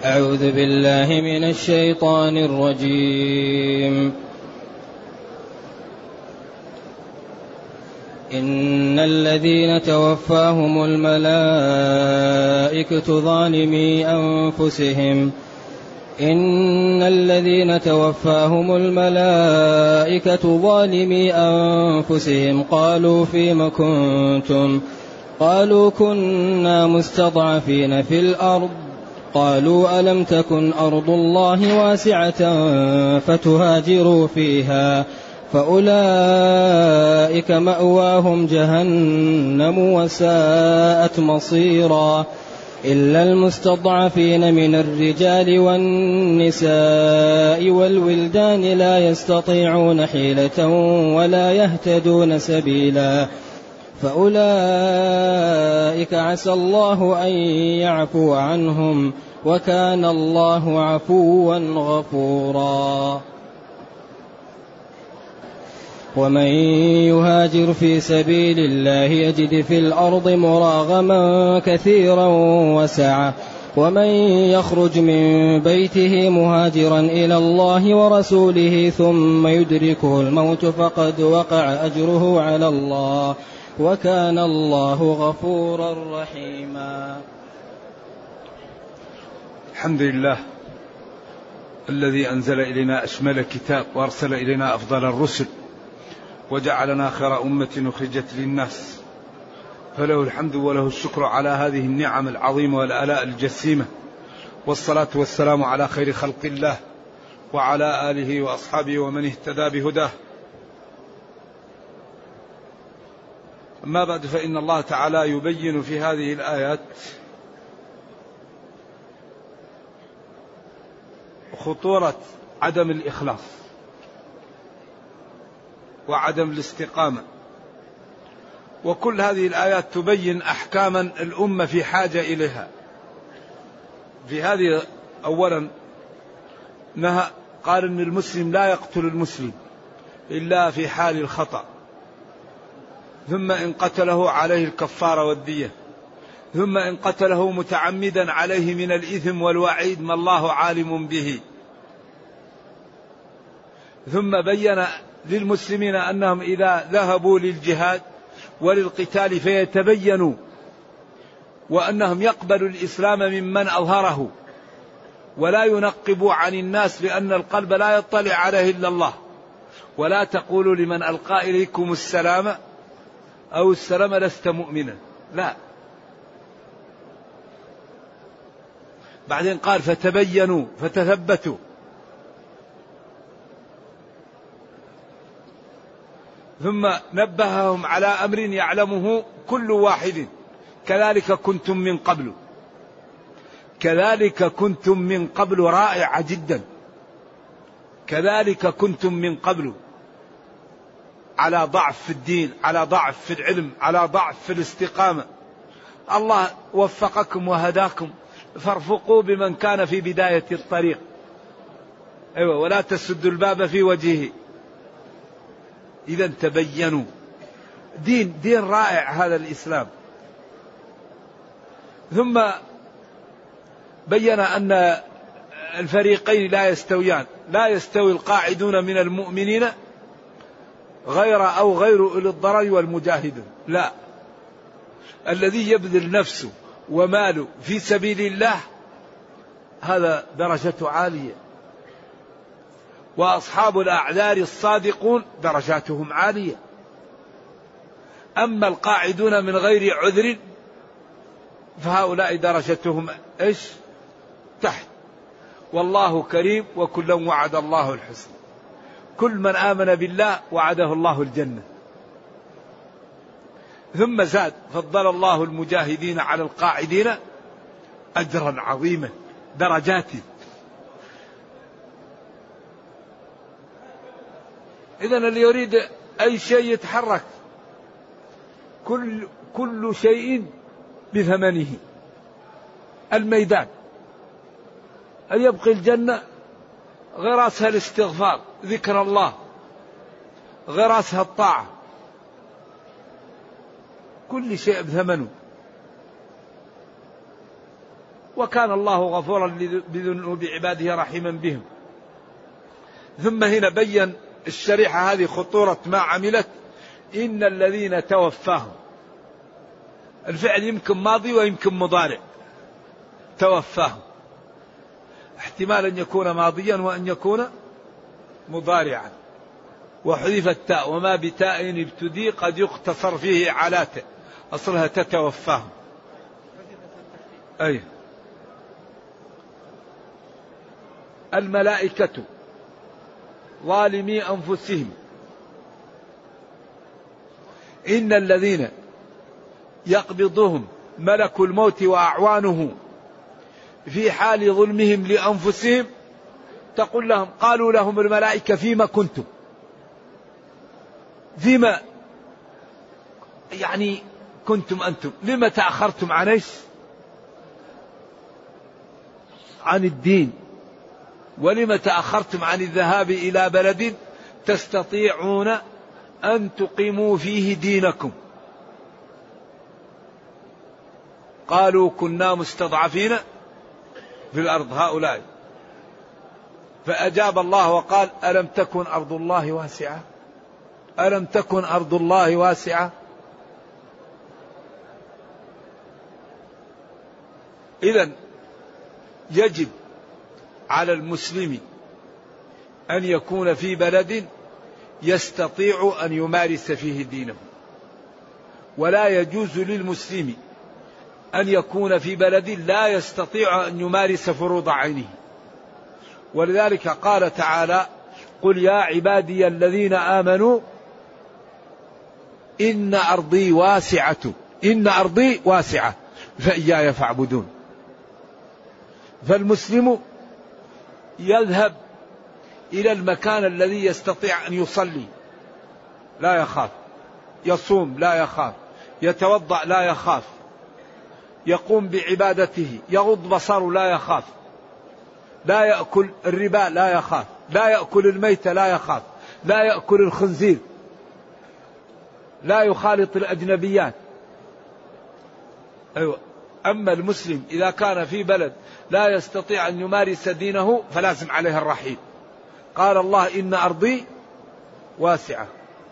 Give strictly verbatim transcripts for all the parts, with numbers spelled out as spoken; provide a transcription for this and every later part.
أعوذ بالله من الشيطان الرجيم. إن الذين توفاهم الملائكة ظالمي أنفسهم إن الذين توفاهم الملائكة ظالمي أنفسهم قالوا فيم كنتم قالوا كنا مستضعفين في الأرض قالوا ألم تكن أرض الله واسعة فتهاجروا فيها فأولئك مأواهم جهنم وساءت مصيرا إلا المستضعفين من الرجال والنساء والولدان لا يستطيعون حيلة ولا يهتدون سبيلا فأولئك عسى الله أن يعفو عنهم وكان الله عفوا غفورا. ومن يهاجر في سبيل الله يجد في الأرض مراغما كثيرا وسعة ومن يخرج من بيته مهاجرا إلى الله ورسوله ثم يدركه الموت فقد وقع أجره على الله وكان الله غفورا رحيما. الحمد لله الذي أنزل إلينا أشمل كتاب وأرسل إلينا أفضل الرسل وجعلنا خير أمة أخرجت للناس، فله الحمد وله الشكر على هذه النعم العظيمة والآلاء الجسيمة، والصلاة والسلام على خير خلق الله وعلى آله وأصحابه ومن اهتدى بهداه. أما بعد، فإن الله تعالى يبين في هذه الآيات خطورة عدم الإخلاص وعدم الاستقامة، وكل هذه الآيات تبين أحكاما الأمة في حاجة إليها. في هذه أولا نهى قال إن المسلم لا يقتل المسلم إلا في حال الخطأ، ثم إن قتله عليه الكفارة والدية، ثم إن قتله متعمدا عليه من الإثم والوعيد ما الله عالم به. ثم بين للمسلمين أنهم إذا ذهبوا للجهاد وللقتال فيتبينوا وأنهم يقبلوا الإسلام ممن أظهره ولا ينقبوا عن الناس، لأن القلب لا يطلع عليه إلا الله. ولا تقولوا لمن ألقى إليكم السلام أو السلام لست مؤمنا، لا. بعدين قال فتبينوا فتثبتوا. ثم نبههم على أمر يعلمه كل واحد، كذلك كنتم من قبل. كذلك كنتم من قبل رائعة جدا. كذلك كنتم من قبل، على ضعف في الدين، على ضعف في العلم، على ضعف في الاستقامة. الله وفقكم وهداكم، فارفقوا بمن كان في بداية الطريق. أيوة، ولا تسدوا الباب في وجهه. إذا تبينوا. دين دين رائع هذا الإسلام. ثم بين أن الفريقين لا يستويان، لا يستوي القاعدون من المؤمنين غير أو غير أولي الضرر والمجاهدون، لا. الذي يبذل نفسه وماله في سبيل الله هذا درجته عالية، وأصحاب الأعذار الصادقون درجاتهم عالية. أما القاعدون من غير عذر فهؤلاء درجتهم إيش؟ تحت. والله كريم وكلا وعد الله الحسنى. كل من آمن بالله وعده الله الجنة. ثم زاد فضل الله المجاهدين على القاعدين أجرا عظيما، درجات. إذن اللي يريد أي شيء يتحرك، كل كل شيء بثمنه. الميدان أن يبقي الجنة غراسها الاستغفار، ذكر الله، غراسها الطاعة، كل شيء بثمنه. وكان الله غفورا بذنوب عباده رحيما بهم. ثم هنا بين الشريحة هذه خطورة ما عملت. إن الذين توفاهم، الفعل يمكن ماضي ويمكن مضارع. توفاهم احتمال أن يكون ماضيا وأن يكون مضارعا، وحذف التاء، وما بتاء ابتدي قد يقتصر فيه على تاء، أصلها تتوفاهم. أي الملائكة ظالمي أنفسهم. إن الذين يقبضهم ملك الموت وأعوانه في حال ظلمهم لأنفسهم، تقول لهم قالوا لهم الملائكة فيما كنتم، فيما يعني كنتم أنتم، لما تأخرتم عن إيش؟ عن الدين، ولما تأخرتم عن الذهاب إلى بلد تستطيعون أن تقيموا فيه دينكم. قالوا كنا مستضعفين في الأرض هؤلاء، فأجاب الله وقال ألم تكن أرض الله واسعة، ألم تكن أرض الله واسعة. إذن يجب على المسلم أن يكون في بلد يستطيع أن يمارس فيه دينه، ولا يجوز للمسلم أن يكون في بلد لا يستطيع أن يمارس فروض عينه. ولذلك قال تعالى قل يا عبادي الذين آمنوا إن أرضي واسعة، إن أرضي واسعة فإياي فاعبدون. فالمسلم يذهب إلى المكان الذي يستطيع أن يصلي لا يخاف، يصوم لا يخاف، يتوضأ لا يخاف، يقوم بعبادته، يغض بصره لا يخاف، لا يأكل الربا لا يخاف، لا يأكل الميت لا يخاف، لا يأكل الخنزير، لا يخالط الأجنبيات. أيوة. أما المسلم إذا كان في بلد لا يستطيع أن يمارس دينه فلازم عليه الرحيل. قال الله إن أرضي واسعة.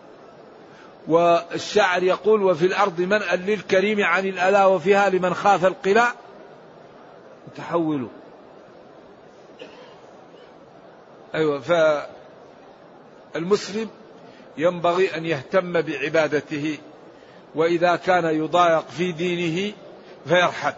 والشاعر يقول وفي الأرض منأى للكريم عن الأذى وفيها لمن خاف القلاع تحولوا. أيوة. فالمسلم ينبغي أن يهتم بعبادته، وإذا كان يضايق في دينه فيرحل.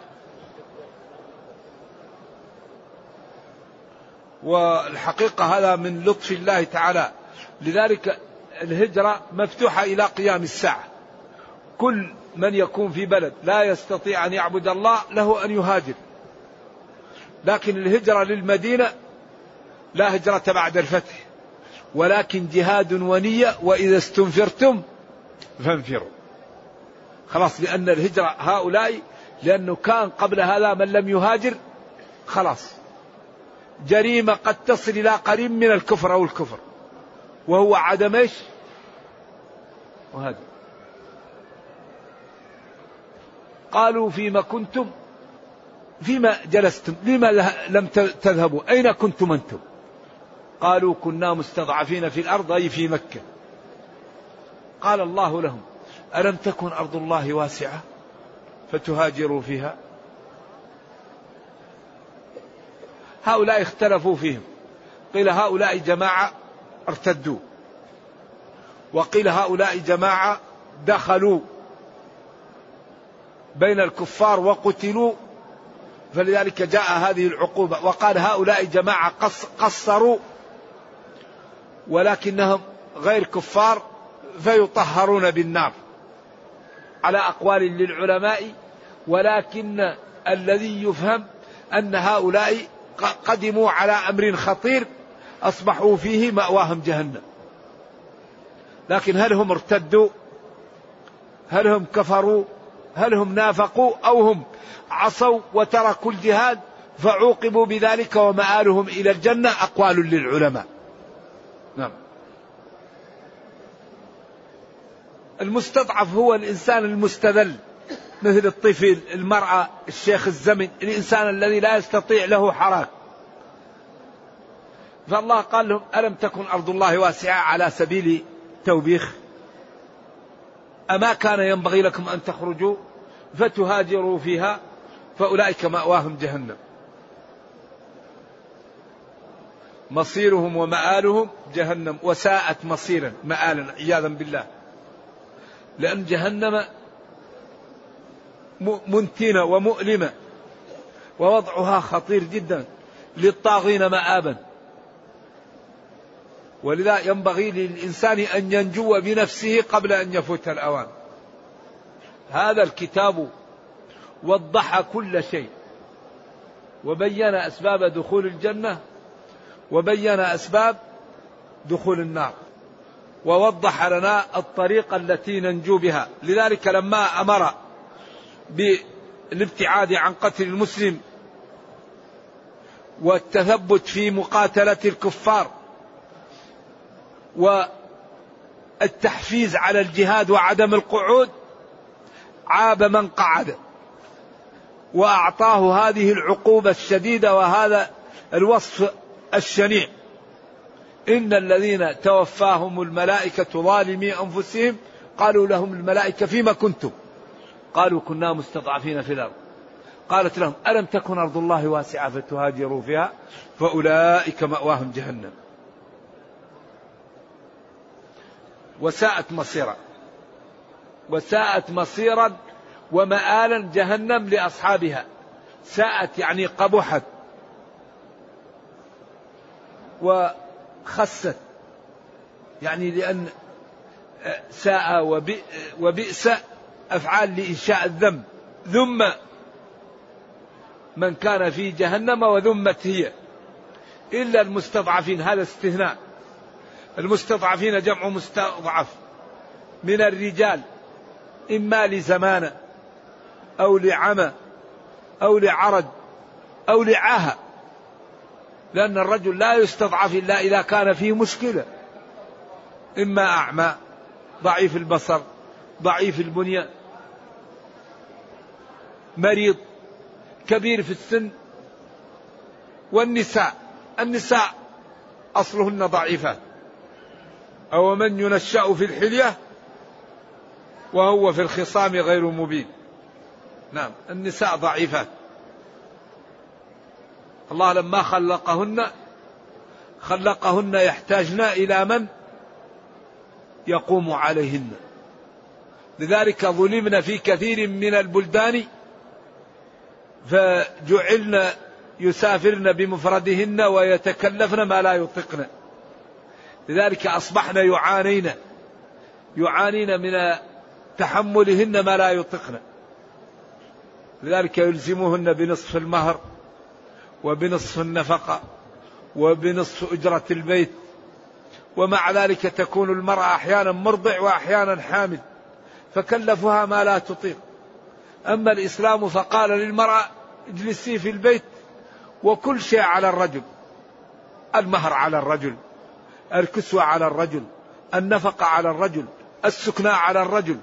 والحقيقة هذا من لطف الله تعالى، لذلك الهجرة مفتوحة إلى قيام الساعة. كل من يكون في بلد لا يستطيع أن يعبد الله له أن يهاجر، لكن الهجرة للمدينة لا هجرة بعد الفتح، ولكن جهاد ونية، وإذا استنفرتم فانفروا. خلاص، لأن الهجرة هؤلاء لأنه كان قبل هذا من لم يهاجر خلاص جريمة قد تصل إلى قريب من الكفر أو الكفر، وهو عدم إيش؟ وهذا. قالوا فيما كنتم، فيما جلستم، لما لم تذهبوا، أين كنتم أنتم؟ قالوا كنا مستضعفين في الأرض أي في مكة. قال الله لهم ألم تكن أرض الله واسعة فتهاجروا فيها. هؤلاء اختلفوا فيهم، قيل هؤلاء جماعة ارتدوا، وقيل هؤلاء جماعة دخلوا بين الكفار وقتلوا، فلذلك جاء هذه العقوبة. وقال هؤلاء جماعة قصروا ولكنهم غير كفار فيطهرون بالنار، على أقوال للعلماء. ولكن الذي يفهم أن هؤلاء قدموا على أمر خطير أصبحوا فيه مأواهم جهنم. لكن هل هم ارتدوا؟ هل هم كفروا؟ هل هم نافقوا؟ أو هم عصوا وتركوا الجهاد فعوقبوا بذلك ومآلهم إلى الجنة؟ أقوال للعلماء. نعم. المستضعف هو الإنسان المستذل مثل الطفل، المرأة، الشيخ الزمن، الإنسان الذي لا يستطيع له حراك. فالله قال لهم ألم تكن أرض الله واسعة على سبيل توبيخ، أما كان ينبغي لكم أن تخرجوا فتهاجروا فيها فأولئك مأواهم جهنم مصيرهم ومآلهم جهنم وساءت مصيرا مآلا عياذا بالله. لأن جهنم منتنة ومؤلمة ووضعها خطير جدا للطاغين مآبا. ولذا ينبغي للإنسان أن ينجو بنفسه قبل أن يفوت الأوان. هذا الكتاب وضح كل شيء وبين أسباب دخول الجنة وبين أسباب دخول النار ووضح لنا الطريقة التي ننجو بها. لذلك لما أمر بالابتعاد عن قتل المسلم والتثبت في مقاتلة الكفار والتحفيز على الجهاد وعدم القعود، عاب من قعد وأعطاه هذه العقوبة الشديدة وهذا الوصف الشنيع: إن الذين توفاهم الملائكة ظالمي أنفسهم قالوا لهم الملائكة فيما كنتم؟ قالوا كنا مستضعفين في الأرض. قالت لهم ألم تكن أرض الله واسعة فتهاجروا فيها فأولئك مأواهم جهنم وساءت مصيرا. وساءت مصيرا ومآلا جهنم لأصحابها. ساءت يعني قبحت وخست، يعني لأن ساء وبئس أفعال لإنشاء الذنب. ذم من كان في جهنم وذمت هي إلا المستضعفين، هذا استثناء. المستضعفين جمع مستضعف من الرجال، إما لزمانة أو لعمى أو لعرج أو لعاهة، لأن الرجل لا يستضعف إلا إذا كان فيه مشكلة، إما أعمى، ضعيف البصر، ضعيف البنية، مريض، كبير في السن. والنساء النساء أصلهن ضعيفات. أو من ينشأ في الحلية وهو في الخصام غير مبين. نعم، النساء ضعيفات. الله لما خلقهن خلقهن يحتاجن إلى من يقوم عليهن. لذلك ظلمن في كثير من البلدان فجعلن يسافرن بمفردهن ويتكلفن ما لا يطقن. لذلك أصبحن يعانين يعانين من تحملهن ما لا يطقن. لذلك يلزمهن بنصف المهر وبنصف النفقة وبنصف أجرة البيت. ومع ذلك تكون المرأة أحيانا مرضع وأحيانا حامل، فكلفها ما لا تطيق. أما الإسلام فقال للمرأة اجلسي في البيت وكل شيء على الرجل. المهر على الرجل، الكسوة على الرجل، النفقة على الرجل، السكنى على الرجل،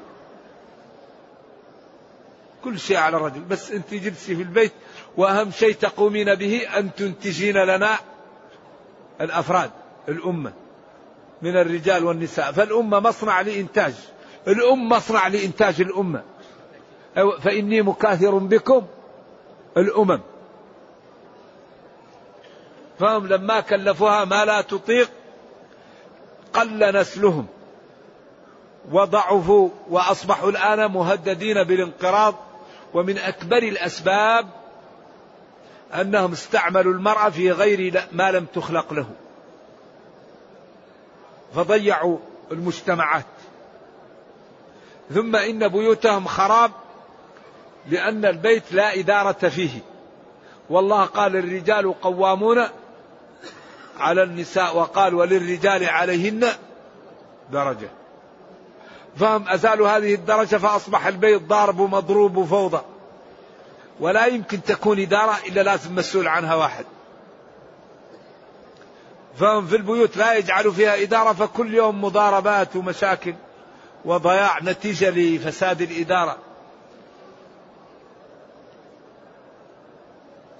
كل شيء على الرجل. بس أنت جلسي في البيت، وأهم شيء تقومين به أن تنتجين لنا الأفراد الأمة من الرجال والنساء. فالأمة مصنع لإنتاج الأم مصنع لإنتاج الأمة. فإني مكاثر بكم الأمم. فهم لما كلفوها ما لا تطيق قل نسلهم وضعفوا وأصبحوا الآن مهددين بالانقراض. ومن أكبر الأسباب أنهم استعملوا المرأة في غير ما لم تخلق له، فضيعوا المجتمعات. ثم إن بيوتهم خراب لأن البيت لا إدارة فيه. والله قال الرجال قوامون على النساء، وقال وللرجال عليهن درجة. فهم أزالوا هذه الدرجة فأصبح البيت ضارب ومضروب وفوضى، ولا يمكن تكون إدارة إلا لازم مسؤول عنها واحد. فهم في البيوت لا يجعلوا فيها إدارة، فكل يوم مضاربات ومشاكل وضياع نتيجة لفساد الإدارة.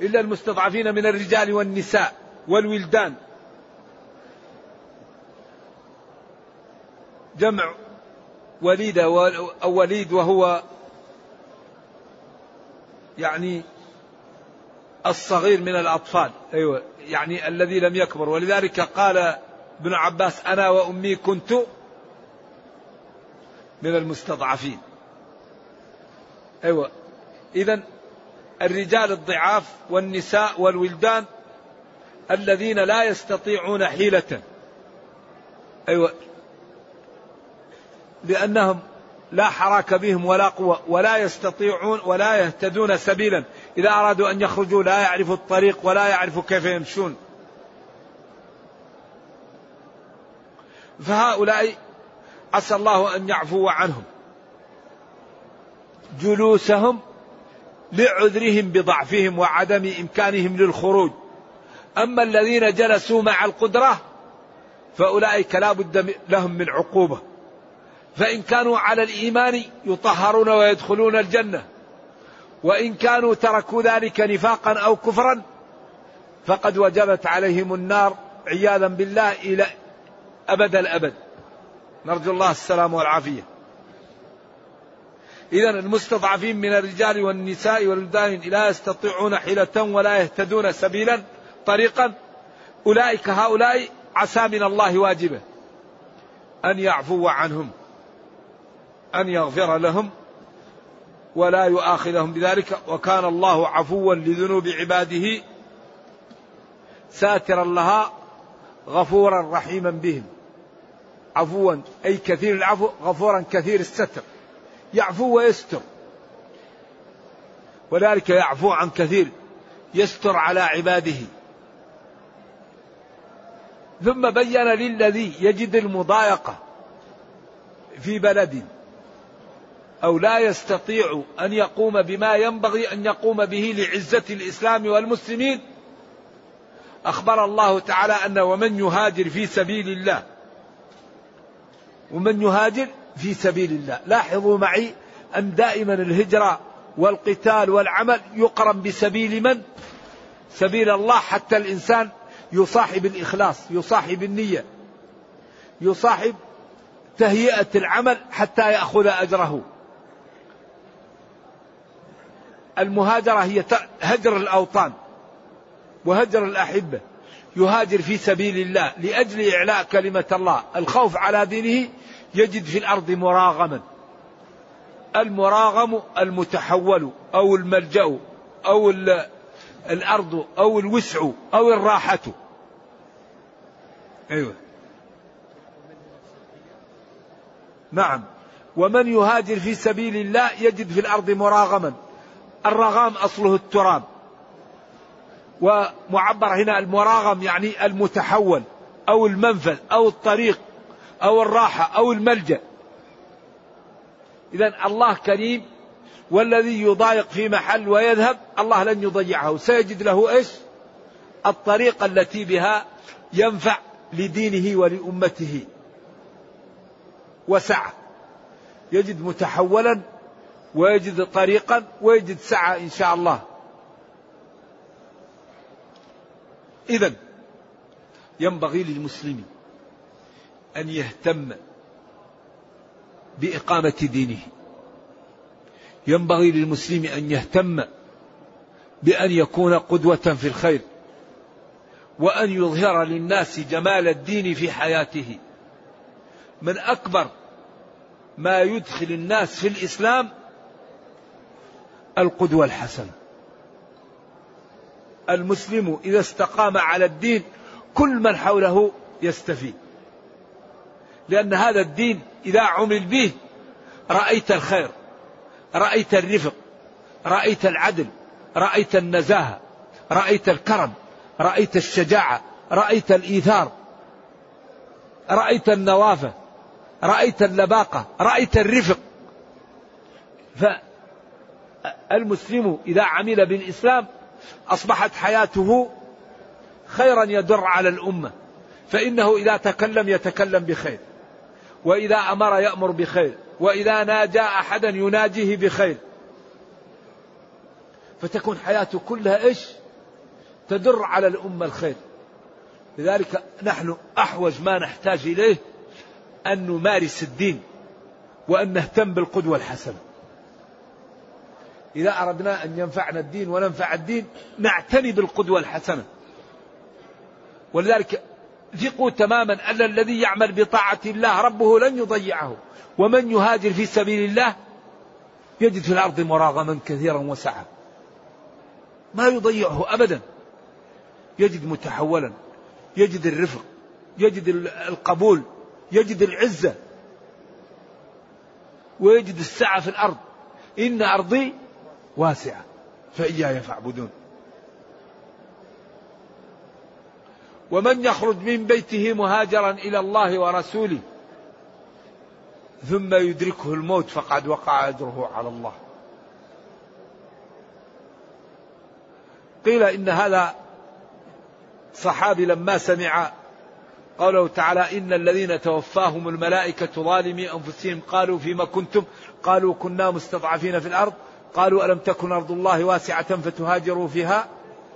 إلا المستضعفين من الرجال والنساء والولدان، جمع وليدة أو وليد، وهو يعني الصغير من الأطفال، أيوة يعني الذي لم يكبر. ولذلك قال ابن عباس: أنا وأمي كنت من المستضعفين. أيوة، إذن الرجال الضعاف والنساء والولدان الذين لا يستطيعون حيلة، أيوة، لأنهم لا حراك بهم ولا قوة ولا يستطيعون ولا يهتدون سبيلا، إذا أرادوا أن يخرجوا لا يعرفوا الطريق ولا يعرفوا كيف يمشون. فهؤلاء عسى الله أن يعفو عنهم جلوسهم لعذرهم بضعفهم وعدم إمكانهم للخروج. أما الذين جلسوا مع القدرة فأولئك لا بد لهم من عقوبة، فإن كانوا على الإيمان يطهرون ويدخلون الجنة، وإن كانوا تركوا ذلك نفاقا أو كفرا فقد وجبت عليهم النار عياذا بالله إلى أبد الأبد، نرجو الله السلام والعافية. إذن المستضعفين من الرجال والنساء والولدان لا يستطيعون حيلة ولا يهتدون سبيلا طريقا، أولئك هؤلاء عسى من الله واجبه أن يعفو عنهم، أن يغفر لهم ولا يؤاخذهم بذلك، وكان الله عفوا لذنوب عباده ساترا لها غفورا رحيما بهم. عفوا أي كثير العفو، غفورا كثير الستر، يعفو ويستر، وذلك يعفو عن كثير، يستر على عباده. ثم بين للذي يجد المضايقة في بلد أو لا يستطيع أن يقوم بما ينبغي أن يقوم به لعزة الإسلام والمسلمين، أخبر الله تعالى أن ومن يهاجر في سبيل الله، ومن يهاجر في سبيل الله. لاحظوا معي أن دائما الهجرة والقتال والعمل يقرن بسبيل من؟ سبيل الله، حتى الإنسان يصاحب الإخلاص، يصاحب النية، يصاحب تهيئة العمل حتى يأخذ أجره. المهاجرة هي هجر الأوطان وهجر الأحبة، يهاجر في سبيل الله لأجل إعلاء كلمة الله. الخوف على دينه يجد في الأرض مراغما، المراغم المتحول أو الملجأ أو الأرض أو الوسع أو الراحة. أيوة نعم. ومن يهاجر في سبيل الله يجد في الأرض مراغما، الرغام أصله التراب، ومعبر هنا المراغم يعني المتحول أو المنفذ أو الطريق أو الراحة أو الملجأ. إذن الله كريم، والذي يضايق في محل ويذهب الله لن يضيعه، سيجد له إيش؟ الطريقة التي بها ينفع لدينه ولأمته وسعة، يجد متحولا ويجد طريقا ويجد سعة إن شاء الله. إذن ينبغي للمسلم أن يهتم بإقامة دينه، ينبغي للمسلم أن يهتم بأن يكون قدوة في الخير، وأن يظهر للناس جمال الدين في حياته. من أكبر ما يدخل الناس في الإسلام القدوة الحسنة. المسلم إذا استقام على الدين كل من حوله يستفيد، لأن هذا الدين إذا عمل به رأيت الخير، رأيت الرفق، رأيت العدل، رأيت النزاهة، رأيت الكرم، رأيت الشجاعة، رأيت الإيثار، رأيت النوافة، رأيت اللباقة، رأيت الرفق. فالمسلم إذا عمل بالإسلام أصبحت حياته خيرا يدر على الأمة، فإنه إذا تكلم يتكلم بخير، وإذا أمر يأمر بخير، وإذا ناجى أحدا يناجيه بخير، فتكون حياته كلها إيش؟ تدر على الأمة الخير. لذلك نحن أحوج ما نحتاج إليه أن نمارس الدين وأن نهتم بالقدوة الحسنة. إذا أردنا أن ينفعنا الدين وننفع الدين نعتني بالقدوة الحسنة. ولذلك ثقوا تماما أن الذي يعمل بطاعة الله ربه لن يضيعه، ومن يهاجر في سبيل الله يجد في الأرض مراغما كثيرا وسعة، ما يضيعه أبدا، يجد متحولا، يجد الرفق، يجد القبول، يجد العزة، ويجد السعة في الأرض. إن أرضي واسعة فإياي فاعبدون. ومن يخرج من بيته مهاجرا إلى الله ورسوله ثم يدركه الموت فقد وقع أجره على الله. قيل إن هذا صحابي لما سمع قوله تعالى إن الذين توفاهم الملائكة ظالمي أنفسهم قالوا فيما كنتم قالوا كنا مستضعفين في الأرض قالوا ألم تكن أرض الله واسعة فتهاجروا فيها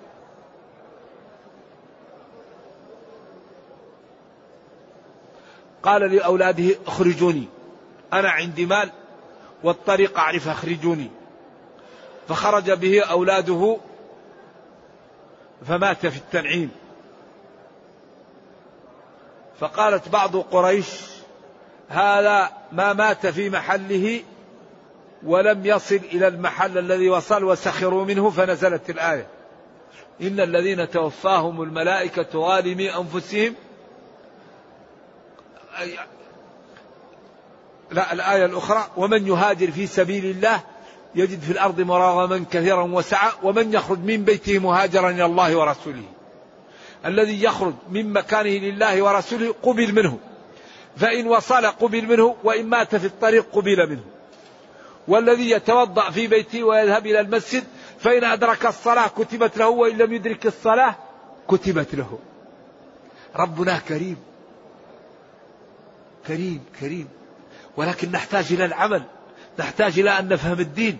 قال لأولاده اخرجوني أنا عندي مال والطريق أعرف اخرجوني. فخرج به أولاده فمات في التنعيم. فقالت بعض قريش هذا ما مات في محله ولم يصل إلى المحل الذي وصل وسخروا منه، فنزلت الآية إن الذين توفاهم الملائكة ظالمي أنفسهم. لا، الآية الأخرى ومن يهاجر في سبيل الله يجد في الأرض مراغما كثيرا وسعة ومن يخرج من بيته مهاجرا إلى الله ورسوله. الذي يخرج من مكانه لله ورسوله قبل منه، فإن وصل قبل منه وإن مات في الطريق قبل منه. والذي يتوضأ في بيته ويذهب إلى المسجد فإن أدرك الصلاة كتبت له وإن لم يدرك الصلاة كتبت له. ربنا كريم كريم كريم، ولكن نحتاج إلى العمل، نحتاج إلى أن نفهم الدين.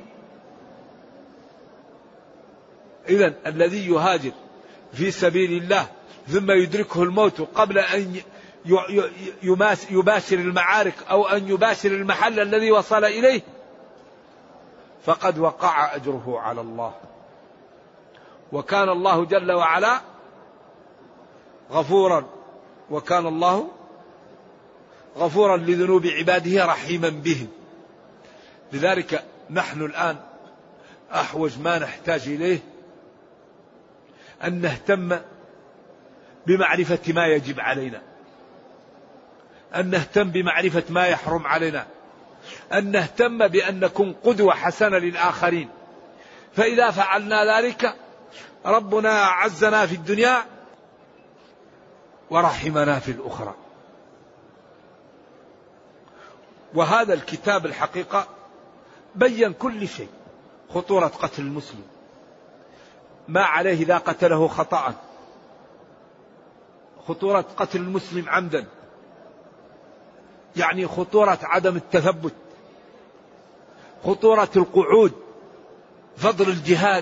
إذن الذي يهاجر في سبيل الله ثم يدركه الموت قبل أن يباشر المعارك أو أن يباشر المحل الذي وصل إليه فقد وقع أجره على الله. وكان الله جل وعلا غفورا، وكان الله غفورا لذنوب عباده رحيما بهم. لذلك نحن الآن أحوج ما نحتاج إليه أن نهتم بمعرفة ما يجب علينا، أن نهتم بمعرفة ما يحرم علينا، أن نهتم بأن نكون قدوة حسنة للآخرين. فإذا فعلنا ذلك ربنا عزنا في الدنيا ورحمنا في الأخرى. وهذا الكتاب الحقيقة بين كل شيء، خطورة قتل المسلم، ما عليه إذا قتله خطأ، خطورة قتل المسلم عمدا، يعني خطورة عدم التثبت، خطورة القعود، فضل الجهاد،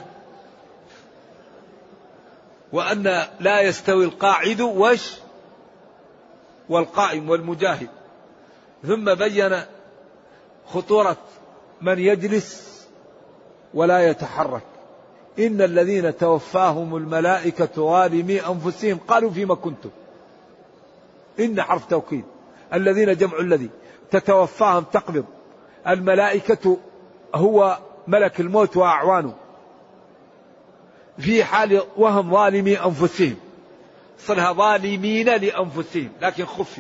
وأن لا يستوي القاعد وش والقائم والمجاهد. ثم بين خطورة من يجلس ولا يتحرك. إن الذين توفاهم الملائكة ظالمي أنفسهم قالوا فيما كنتم. إن حرف توكيد، الذين جمع الذي تتوفاهم تقبض. الملائكة هو ملك الموت وأعوانه في حال وهم ظالمي أنفسهم، صلها ظالمين لأنفسهم لكن خفف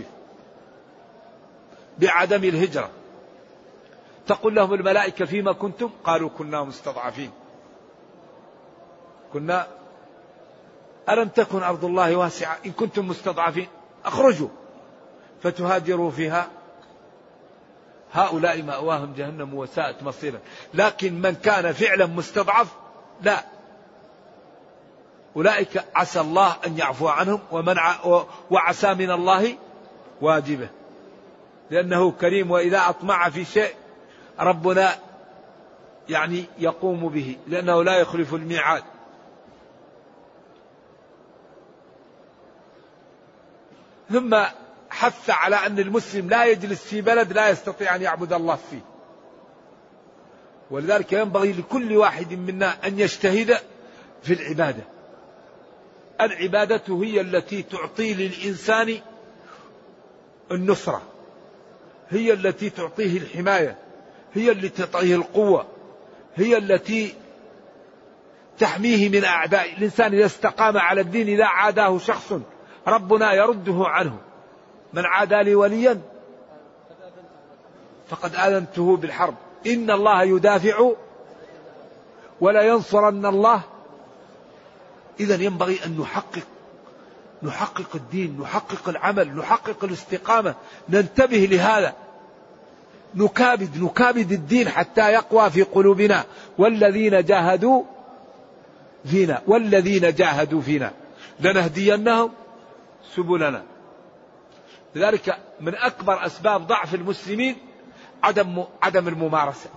بعدم الهجرة. تقول لهم الملائكة فيما كنتم قالوا كنا مستضعفين، كنا ألم تكن أرض الله واسعة إن كنتم مستضعفين أخرجوا فتهاجروا فيها هؤلاء مأواهم جهنم وساءت مصيرا. لكن من كان فعلا مستضعف لا، أولئك عسى الله أن يعفو عنهم ومن وعسى من الله واجبه، لأنه كريم وإذا أطمع في شيء ربنا يعني يقوم به، لأنه لا يخلف الميعاد. ثم حث على أن المسلم لا يجلس في بلد لا يستطيع أن يعبد الله فيه. ولذلك ينبغي لكل واحد منا أن يجتهد في العبادة. العبادة هي التي تعطي للإنسان النصرة، هي التي تعطيه الحماية، هي التي تعطيه القوة، هي التي تحميه من أعداء. الإنسان إذا استقام على الدين إذا عاداه شخص ربنا يرده عنه. من عادى لي وليا فقد آذنته بالحرب، إن الله يدافع ولا ينصرن الله. إذا ينبغي أن نحقق نحقق الدين، نحقق العمل، نحقق الاستقامة، ننتبه لهذا، نكابد نكابد الدين حتى يقوى في قلوبنا. والذين جاهدوا فينا والذين جاهدوا فينا لنهدينهم سبلنا. لذلك من أكبر أسباب ضعف المسلمين عدم عدم الممارسة،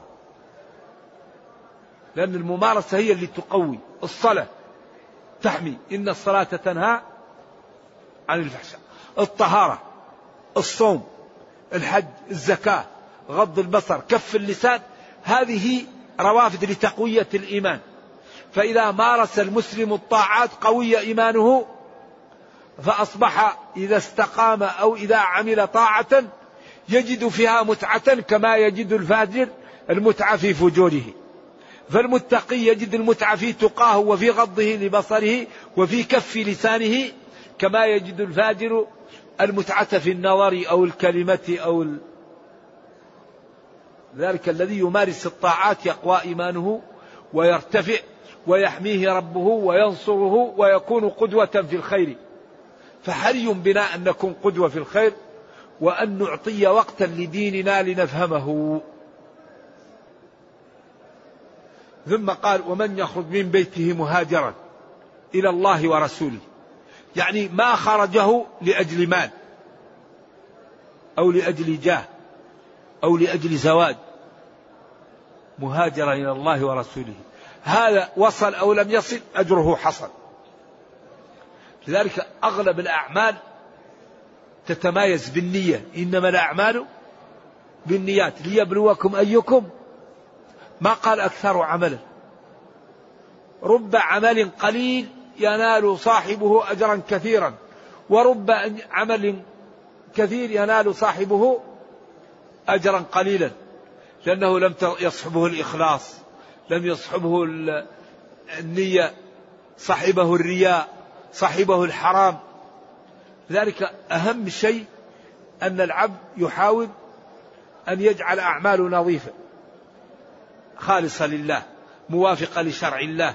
لأن الممارسة هي اللي تقوي. الصلاة تحمي، إن الصلاة تنهى عن الفحشاء. الطهارة، الصوم، الحج، الزكاة، غض البصر، كف اللسان، هذه روافد لتقوية الإيمان. فإذا مارس المسلم الطاعات قوي إيمانه، فأصبح إذا استقام أو إذا عمل طاعة يجد فيها متعة كما يجد الفاجر المتعة في فجوره. فالمتقي يجد المتعة في تقاه وفي غضه لبصره وفي كف لسانه، كما يجد الفاجر المتعة في النظر أو الكلمة أو ال... ذلك الذي يمارس الطاعات يقوى إيمانه ويرتفع ويحميه ربه وينصره ويكون قدوة في الخير. فحري بنا أن نكون قدوة في الخير، وأن نعطي وقتا لديننا لنفهمه. ثم قال ومن يخرج من بيته مهاجرا إلى الله ورسوله، يعني ما خرجه لأجل مال أو لأجل جاه أو لأجل زواج، مهاجرا إلى الله ورسوله، هذا وصل أو لم يصل أجره حصل. لذلك أغلب الأعمال تتمايز بالنية، إنما الأعمال بالنيات ليبلوكم أيكم، ما قال أكثر عملا. رب عمل قليل ينال صاحبه أجرا كثيرا، ورب عمل كثير ينال صاحبه أجرا قليلا، لأنه لم يصحبه الإخلاص، لم يصحبه النية، صحبه الرياء، صحبه الحرام. لذلك أهم شيء أن العبد يحاول أن يجعل أعماله نظيفة خالصة لله، موافقة لشرع الله،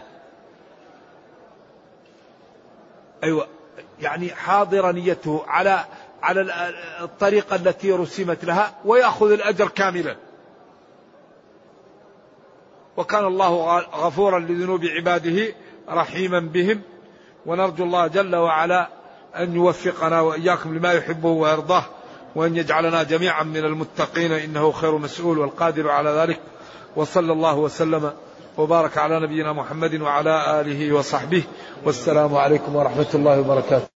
أيوة، يعني حاضر نيته على على الطريقة التي رسمت لها، ويأخذ الأجر كاملا. وكان الله غفورا لذنوب عباده رحيما بهم. ونرجو الله جل وعلا أن يوفقنا وإياكم لما يحبه ويرضاه، وأن يجعلنا جميعا من المتقين، إنه خير مسؤول والقادر على ذلك. وصلى الله وسلم وبارك على نبينا محمد وعلى آله وصحبه، والسلام عليكم ورحمة الله وبركاته.